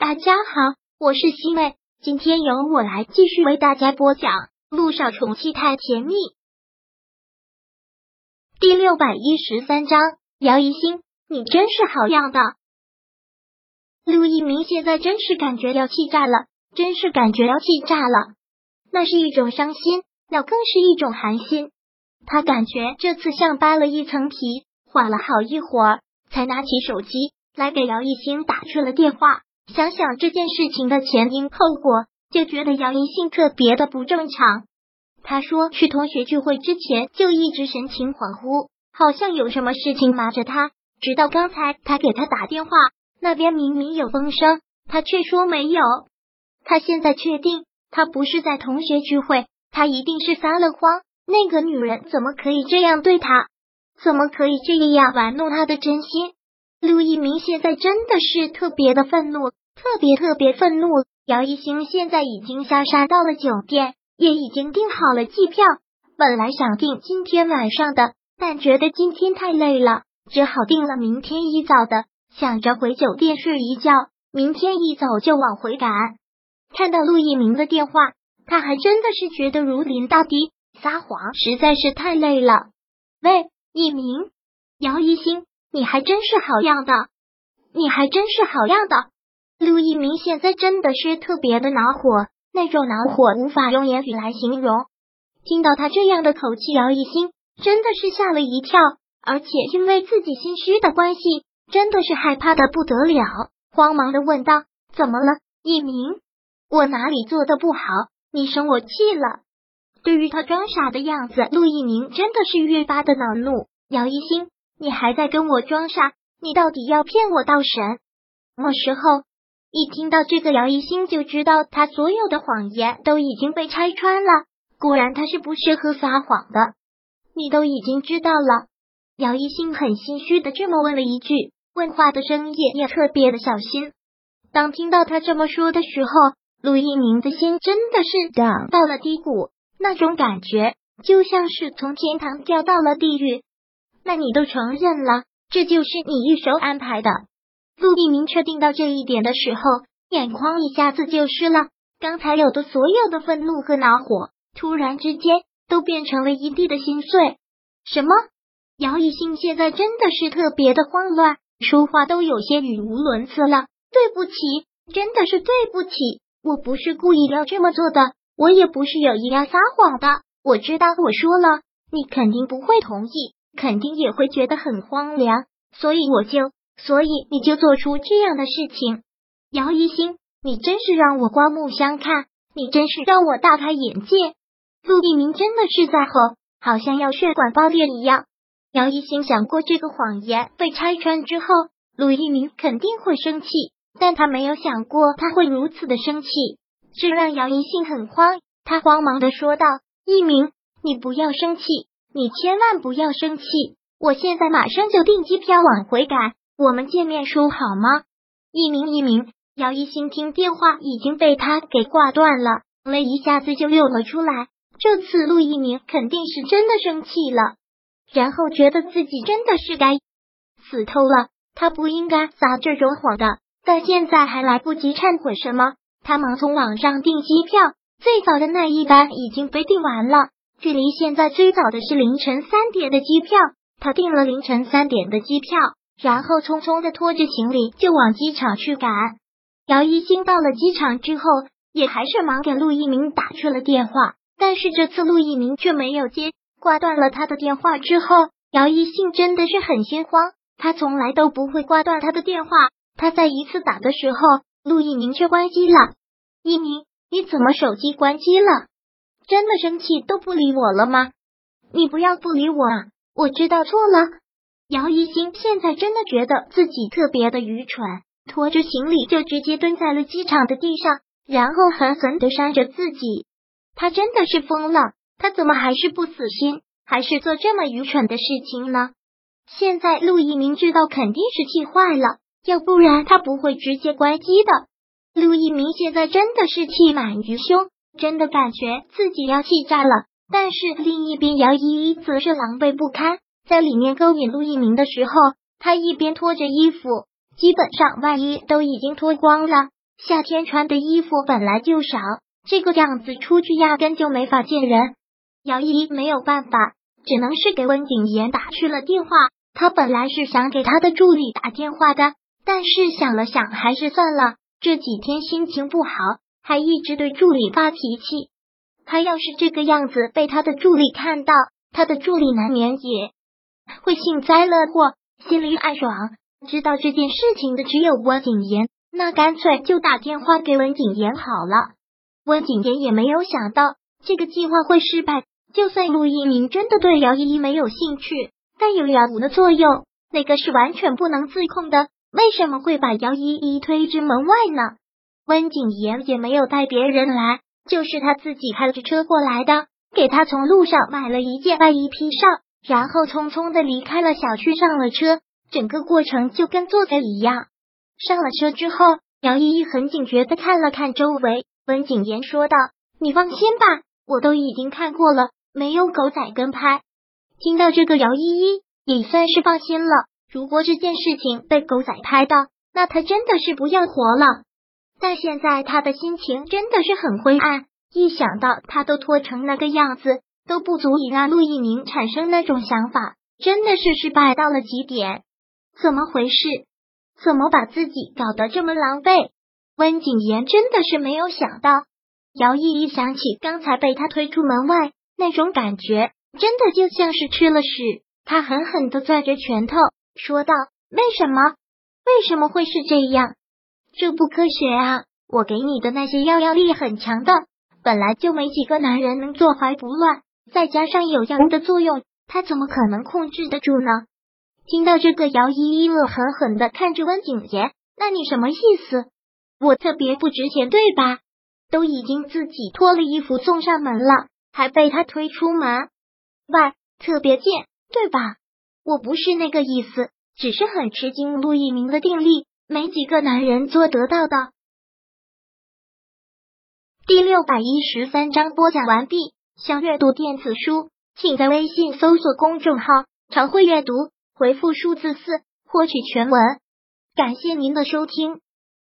大家好，我是西妹，今天由我来继续为大家播讲《陆少宠妻太甜蜜》第613章。姚一星，你真是好样的！陆一鸣现在真是感觉要气炸了，那是一种伤心，那更是一种寒心。他感觉这次像扒了一层皮，缓了好一会儿，才拿起手机来给姚一星打去了电话。想想这件事情的前因后果，就觉得姚一星特别的不正常。他说去同学聚会之前就一直神情恍惚，好像有什么事情瞒着他，直到刚才他给他打电话，那边明明有风声，他却说没有。他现在确定他不是在同学聚会，他一定是撒了谎。那个女人怎么可以这样对他，怎么可以这样玩弄他的真心？陆一鸣现在真的是特别的愤怒，特别愤怒。姚一星现在已经下沙到了酒店，也已经订好了机票，本来想订今天晚上的，但觉得今天太累了，只好订了明天一早的，想着回酒店睡一觉，明天一早就往回赶。看到陆一鸣的电话，他还真的是觉得如临大敌，撒谎实在是太累了。喂，一鸣，姚一星，你还真是好样的，陆一鸣现在真的是特别的恼火，那种恼火无法用言语来形容。听到他这样的口气，姚一星真的是吓了一跳，而且因为自己心虚的关系，真的是害怕的不得了，慌忙的问道：怎么了，一鸣？我哪里做的不好，你生我气了？对于他装傻的样子，陆一鸣真的是越发的恼怒。姚一星，你还在跟我装傻？你到底要骗我到什么时候？一听到这个，姚一星就知道他所有的谎言都已经被拆穿了，果然他是不适合撒谎的。你都已经知道了？姚一星很心虚的这么问了一句，问话的声音也特别的小心。当听到他这么说的时候，陆一鸣的心真的是降到了低谷，那种感觉就像是从天堂掉到了地狱。那你都承认了，这就是你一手安排的？陆一鸣确定到这一点的时候，眼眶一下子就湿了，刚才有的所有的愤怒和恼火，突然之间都变成了一地的心碎。什么？姚一星现在真的是特别的慌乱，说话都有些语无伦次了。对不起，真的是对不起，我不是故意要这么做的，我也不是有意要撒谎的，我知道我说了，你肯定不会同意，肯定也会觉得很荒凉，所以你就做出这样的事情。姚一星，你真是让我刮目相看，你真是让我大开眼界。陆一鸣真的是在吼，好像要血管爆裂一样。姚一星想过这个谎言被拆穿之后，陆一鸣肯定会生气，但他没有想过他会如此的生气，这让姚一星很慌。他慌忙的说道：一鸣，你不要生气，你千万不要生气，我现在马上就订机票往回赶，我们见面说好吗？一鸣，姚一星听电话已经被他给挂断了，泪一下子就流了出来。这次陆一鸣肯定是真的生气了，然后觉得自己真的是该死透了，他不应该撒这种谎的，但现在还来不及忏悔什么，他忙从网上订机票，最早的那一班已经被订完了，距离现在最早的是凌晨3点的机票，他订了凌晨3点的机票，然后匆匆的拖着行李就往机场去赶。姚一星到了机场之后，也还是忙给陆一鸣打去了电话，但是这次陆一鸣却没有接，挂断了他的电话之后，姚一星真的是很心慌，他从来都不会挂断他的电话，他在一次打的时候，陆一鸣却关机了。一鸣，你怎么手机关机了？真的生气都不理我了吗？你不要不理我啊，我知道错了。姚一星现在真的觉得自己特别的愚蠢，拖着行李就直接蹲在了机场的地上，然后狠狠的扇着自己。他真的是疯了，他怎么还是不死心，还是做这么愚蠢的事情呢？现在陆一鸣知道肯定是气坏了，要不然他不会直接关机的。陆一鸣现在真的是气满于胸，真的感觉自己要气炸了，但是另一边姚依依则是狼狈不堪，在里面勾引陆一鸣的时候，他一边脱着衣服，基本上外衣都已经脱光了， 夏天穿的衣服本来就少，这个样子出去压根就没法见人。姚依依没有办法，只能是给温景言打去了电话。他本来是想给他的助理打电话的，但是想了想还是算了，这几天心情不好，还一直对助理发脾气。他要是这个样子被他的助理看到，他的助理难免也会幸灾乐祸，心里暗爽。知道这件事情的只有温景言，那干脆就打电话给温景言好了。温景言也没有想到这个计划会失败，就算陆一鸣真的对姚依依没有兴趣，但有姚武的作用，那个是完全不能自控的，为什么会把姚依依推至门外呢？温景言也没有带别人来，就是他自己开着车过来的，给他从路上买了一件外衣披上，然后匆匆的离开了小区，上了车，整个过程就跟做的一样。上了车之后，姚依依很警觉的看了看周围，温景言说道：“你放心吧，我都已经看过了，没有狗仔跟拍。”听到这个，姚依依也算是放心了。如果这件事情被狗仔拍到，那他真的是不要活了。但现在他的心情真的是很灰暗，一想到他都拖成那个样子，都不足以让陆一鸣产生那种想法，真的是失败到了极点。怎么回事？怎么把自己搞得这么狼狈？温景言真的是没有想到。姚依依想起刚才被他推出门外，那种感觉真的就像是吃了屎。他狠狠地攥着拳头，说道：“为什么？为什么会是这样？这不科学啊！我给你的那些药力很强的，本来就没几个男人能坐怀不乱，再加上有药物的作用，他怎么可能控制得住呢？”听到这个，姚依依恶狠狠地看着温景言：“那你什么意思？我特别不值钱对吧？都已经自己脱了衣服送上门了，还被他推出门外，特别贱对吧？我不是那个意思，只是很吃惊陆一鸣的定力，没几个男人做得到的。”第613章播讲完毕。想阅读电子书，请在微信搜索公众号常会阅读，回复数字4获取全文。感谢您的收听。